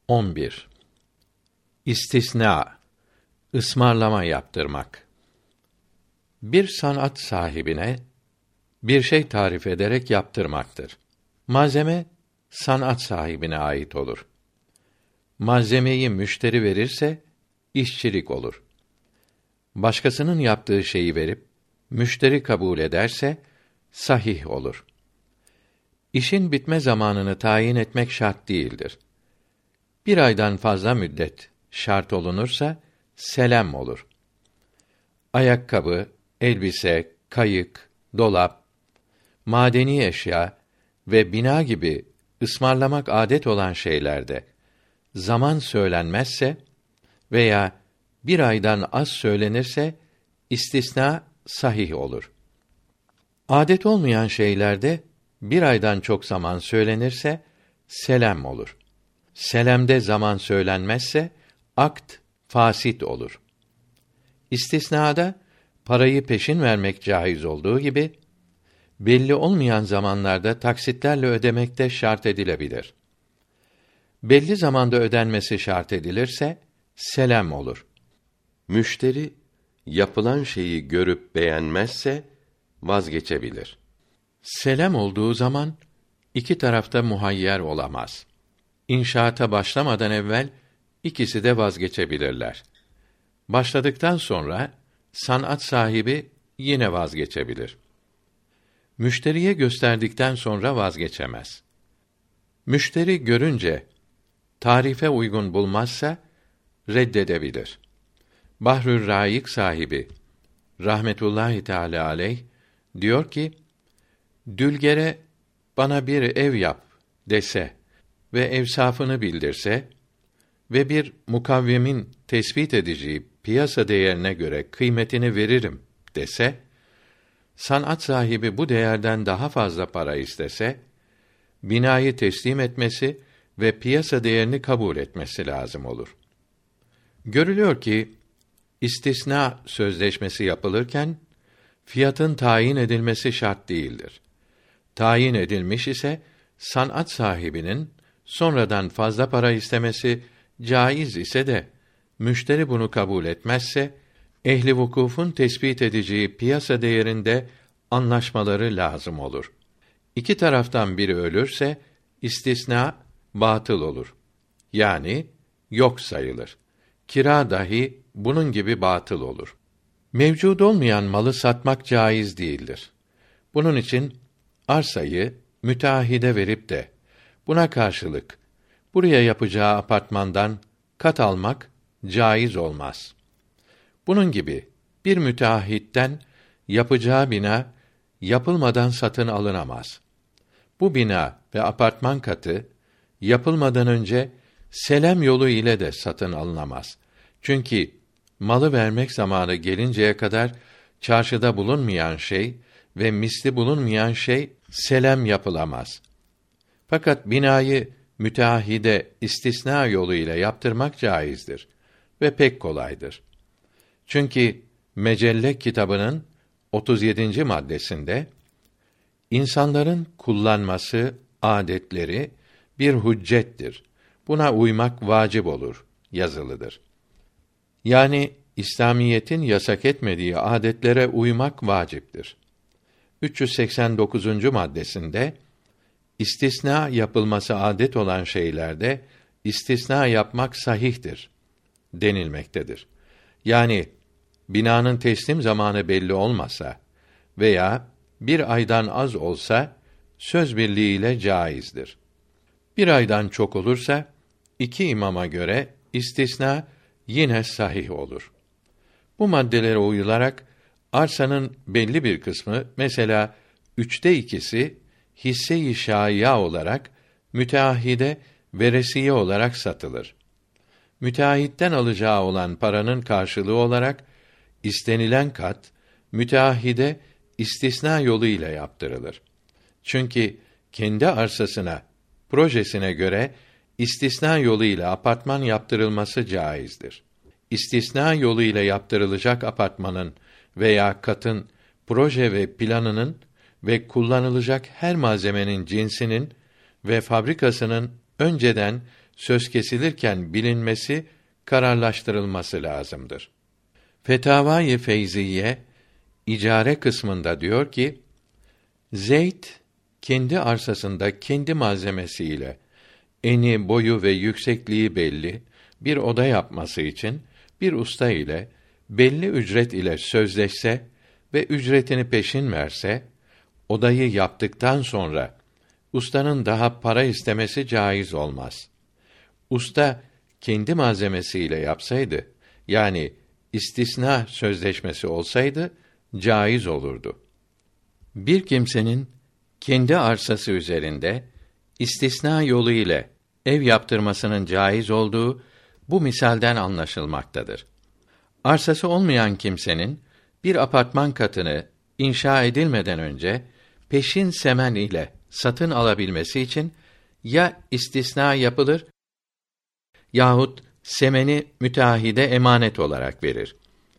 11. İstisna, ısmarlama yaptırmak. Bir sanat sahibine bir şey tarif ederek yaptırmaktır. Malzeme sanat sahibine ait olur. Malzemeyi müşteri verirse işçilik olur. Başkasının yaptığı şeyi verip müşteri kabul ederse sahih olur. İşin bitme zamanını tayin etmek şart değildir. Bir aydan fazla müddet şart olunursa selam olur. Ayakkabı, elbise, kayık, dolap, madeni eşya ve bina gibi ısmarlamak âdet olan şeylerde zaman söylenmezse veya bir aydan az söylenirse istisna sahih olur. Âdet olmayan şeylerde bir aydan çok zaman söylenirse selam olur. Selam'de zaman söylenmezse akt fasit olur. İstisnada parayı peşin vermek caiz olduğu gibi belli olmayan zamanlarda taksitlerle ödemek de şart edilebilir. Belli zamanda ödenmesi şart edilirse selam olur. Müşteri yapılan şeyi görüp beğenmezse vazgeçebilir. Selam olduğu zaman iki tarafta muhayyer olamaz. İnşaata başlamadan evvel ikisi de vazgeçebilirler. Başladıktan sonra sanat sahibi yine vazgeçebilir. Müşteriye gösterdikten sonra vazgeçemez. Müşteri görünce tarife uygun bulmazsa reddedebilir. Bahrül Raik sahibi rahmetullahi teâlâ aleyh diyor ki: Dülgere bana bir ev yap dese ve evsafını bildirse ve bir mukavvemin tespit edeceği piyasa değerine göre kıymetini veririm dese, sanat sahibi bu değerden daha fazla para istese, binayı teslim etmesi ve piyasa değerini kabul etmesi lazım olur. Görülüyor ki, istisna sözleşmesi yapılırken, fiyatın tayin edilmesi şart değildir. Tayin edilmiş ise, sanat sahibinin sonradan fazla para istemesi caiz ise de, müşteri bunu kabul etmezse, ehli vukufun tespit edeceği piyasa değerinde anlaşmaları lazım olur. İki taraftan biri ölürse, istisna batıl olur. Yani yok sayılır. Kira dahi bunun gibi batıl olur. Mevcud olmayan malı satmak caiz değildir. Bunun için arsayı müteahhide verip de buna karşılık buraya yapacağı apartmandan kat almak caiz olmaz. Bunun gibi bir müteahhitten yapacağı bina yapılmadan satın alınamaz. Bu bina ve apartman katı yapılmadan önce selam yolu ile de satın alınamaz. Çünkü malı vermek zamanı gelinceye kadar çarşıda bulunmayan şey ve misli bulunmayan şey selam yapılamaz. Fakat binayı müteahhide istisna yolu ile yaptırmak caizdir ve pek kolaydır. Çünkü Mecelle kitabının 37. maddesinde insanların kullanması, adetleri bir hüccettir. Buna uymak vacip olur yazılıdır. Yani İslamiyetin yasak etmediği adetlere uymak vaciptir. 389. maddesinde istisna yapılması adet olan şeylerde istisna yapmak sahihtir denilmektedir. Yani binanın teslim zamanı belli olmasa veya bir aydan az olsa söz birliğiyle caizdir. Bir aydan çok olursa iki imama göre istisna yine sahih olur. Bu maddelere uyularak arsanın belli bir kısmı, mesela 2/3 hisse-i şâia olarak müteahhide veresiye olarak satılır. Müteahhitten alacağı olan paranın karşılığı olarak istenilen kat müteahhide istisna yoluyla yaptırılır. Çünkü kendi arsasına, projesine göre istisna yoluyla apartman yaptırılması caizdir. İstisna yoluyla yaptırılacak apartmanın veya katın proje ve planının ve kullanılacak her malzemenin cinsinin ve fabrikasının önceden söz kesilirken bilinmesi, kararlaştırılması lazımdır. Fetavai Feyziye icare kısmında diyor ki, Zeyd kendi arsasında kendi malzemesiyle eni, boyu ve yüksekliği belli bir oda yapması için bir usta ile belli ücret ile sözleşse ve ücretini peşin verse, odayı yaptıktan sonra ustanın daha para istemesi caiz olmaz. Usta kendi malzemesiyle yapsaydı, yani istisna sözleşmesi olsaydı caiz olurdu. Bir kimsenin kendi arsası üzerinde istisna yolu ile ev yaptırmasının caiz olduğu bu misalden anlaşılmaktadır. Arsası olmayan kimsenin bir apartman katını inşa edilmeden önce peşin semen ile satın alabilmesi için ya istisna yapılır yahut semeni müteahhide emanet olarak verir.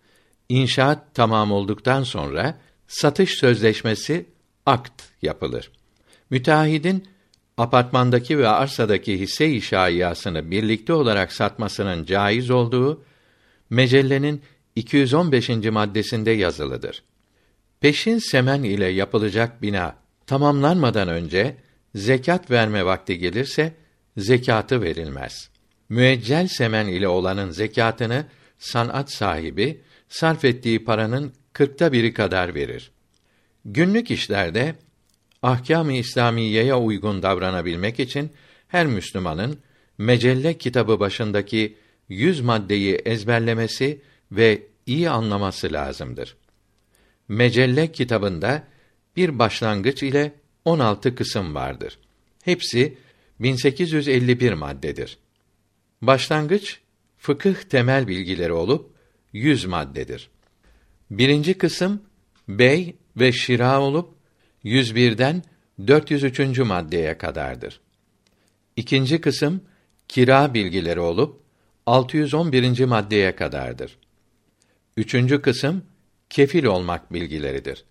İnşaat tamam olduktan sonra satış sözleşmesi akt yapılır. Müteahhidin apartmandaki ve arsadaki hisse-i şaiyasını birlikte olarak satmasının caiz olduğu mecellenin 215. maddesinde yazılıdır. Peşin semen ile yapılacak bina tamamlanmadan önce zekat verme vakti gelirse zekatı verilmez. Müeccel semen ile olanın zekatını sanat sahibi sarf ettiği paranın 1/40 kadar verir. Günlük işlerde ahkâm-ı İslamiyeye uygun davranabilmek için her Müslümanın mecelle kitabı başındaki 100 maddeyi ezberlemesi ve iyi anlaması lazımdır. Mecelle kitabında bir başlangıç ile 16 kısım vardır. Hepsi 1851 maddedir. Başlangıç fıkıh temel bilgileri olup 100 maddedir. Birinci kısım bey ve şira olup 101'den 403. maddeye kadardır. İkinci kısım kira bilgileri olup 611. maddeye kadardır. Üçüncü kısım kefil olmak bilgileridir.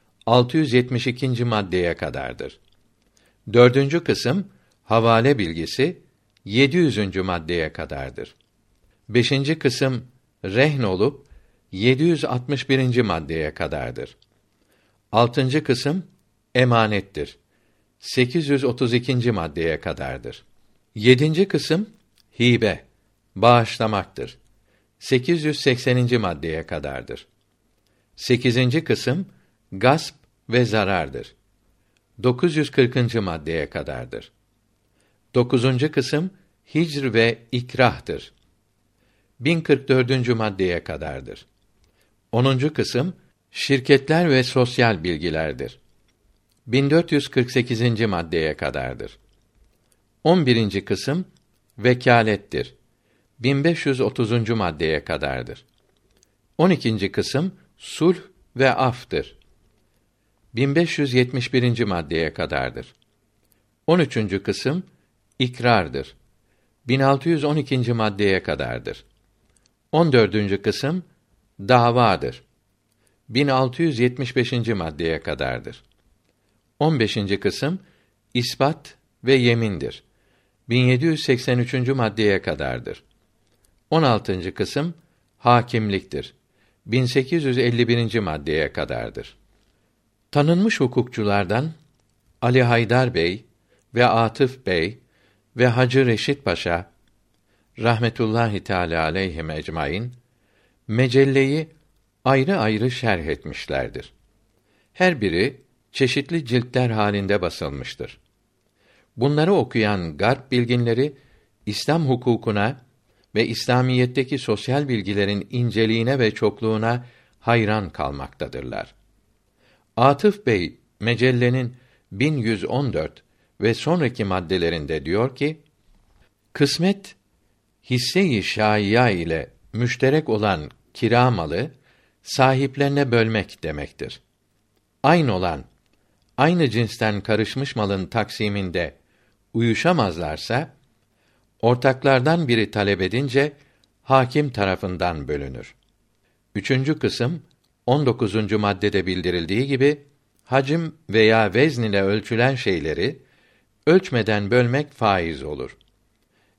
672. maddeye kadardır. Dördüncü kısım havale bilgisi 700. maddeye kadardır. Beşinci kısım rehn olup 761. maddeye kadardır. Altıncı kısım emanettir. 832. maddeye kadardır. Yedinci kısım hibe, bağışlamaktır. 880. maddeye kadardır. Sekizinci kısım gasp ve zarardır. 940. maddeye kadardır. Dokuzuncu kısım hicr ve ikrahtır. 1044. maddeye kadardır. 10. kısım şirketler ve sosyal bilgilerdir. 1448. maddeye kadardır. 11. kısım vekalettir. 1530. maddeye kadardır. 12. kısım sulh ve aftır. 1571. maddeye kadardır. 13. kısım ikrardır. 1612. maddeye kadardır. 14. kısım davadır. 1675. maddeye kadardır. 15. kısım ispat ve yemindir. 1783. maddeye kadardır. 16. kısım hakimliktir. 1851. maddeye kadardır. Tanınmış hukukçulardan Ali Haydar Bey ve Atıf Bey ve Hacı Reşit Paşa rahmetullahi teâlâ aleyhim ecmaîn mecelleyi ayrı ayrı şerh etmişlerdir. Her biri çeşitli ciltler halinde basılmıştır. Bunları okuyan garp bilginleri İslam hukukuna ve İslamiyetteki sosyal bilgilerin inceliğine ve çokluğuna hayran kalmaktadırlar. Atıf Bey mecellenin 1114 ve sonraki maddelerinde diyor ki: kısmet hisse-i şâiyâ ile müşterek olan kira malı sahiplerine bölmek demektir. Aynı olan, aynı cinsten karışmış malın taksiminde uyuşamazlarsa, ortaklardan biri talep edince hakim tarafından bölünür. 3. kısım 19. maddede bildirildiği gibi hacim veya vezn ile ölçülen şeyleri ölçmeden bölmek faiz olur.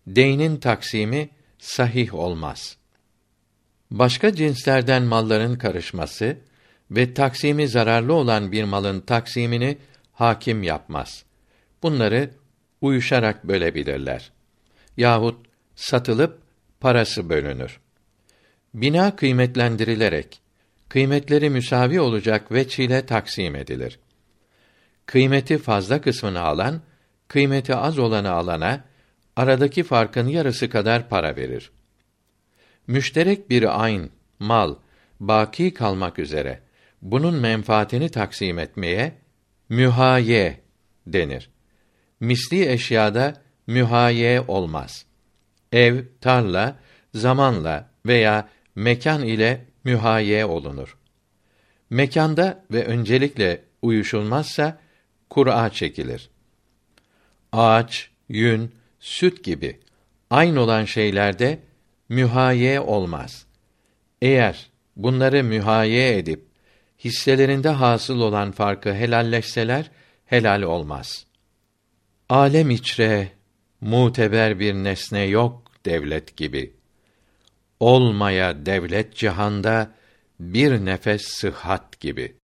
deynin taksimi sahih olmaz. Başka cinslerden malların karışması ve taksimi zararlı olan bir malın taksimini hakim yapmaz. Bunları uyuşarak bölebilirler. Yahut satılıp parası bölünür. Bina kıymetlendirilerek kıymetleri müsavi olacak veçile taksim edilir. Kıymeti fazla kısmını alan, kıymeti az olanı alana aradaki farkın yarısı kadar para verir. Müşterek bir ayn, mal, baki kalmak üzere bunun menfaatini taksim etmeye mühaye denir. Misli eşyada mühaye olmaz. Ev, tarla, zamanla veya mekan ile mühaye olunur. Mekanda ve öncelikle uyuşulmazsa kur'a çekilir. Ağaç, yün, süt gibi aynı olan şeylerde mühaye olmaz. Eğer bunları mühaye edip hisselerinde hasıl olan farkı helalleşseler helal olmaz. Alem içre muteber bir nesne yok devlet gibi. Olmaya devlet cihanda bir nefes sıhhat gibi.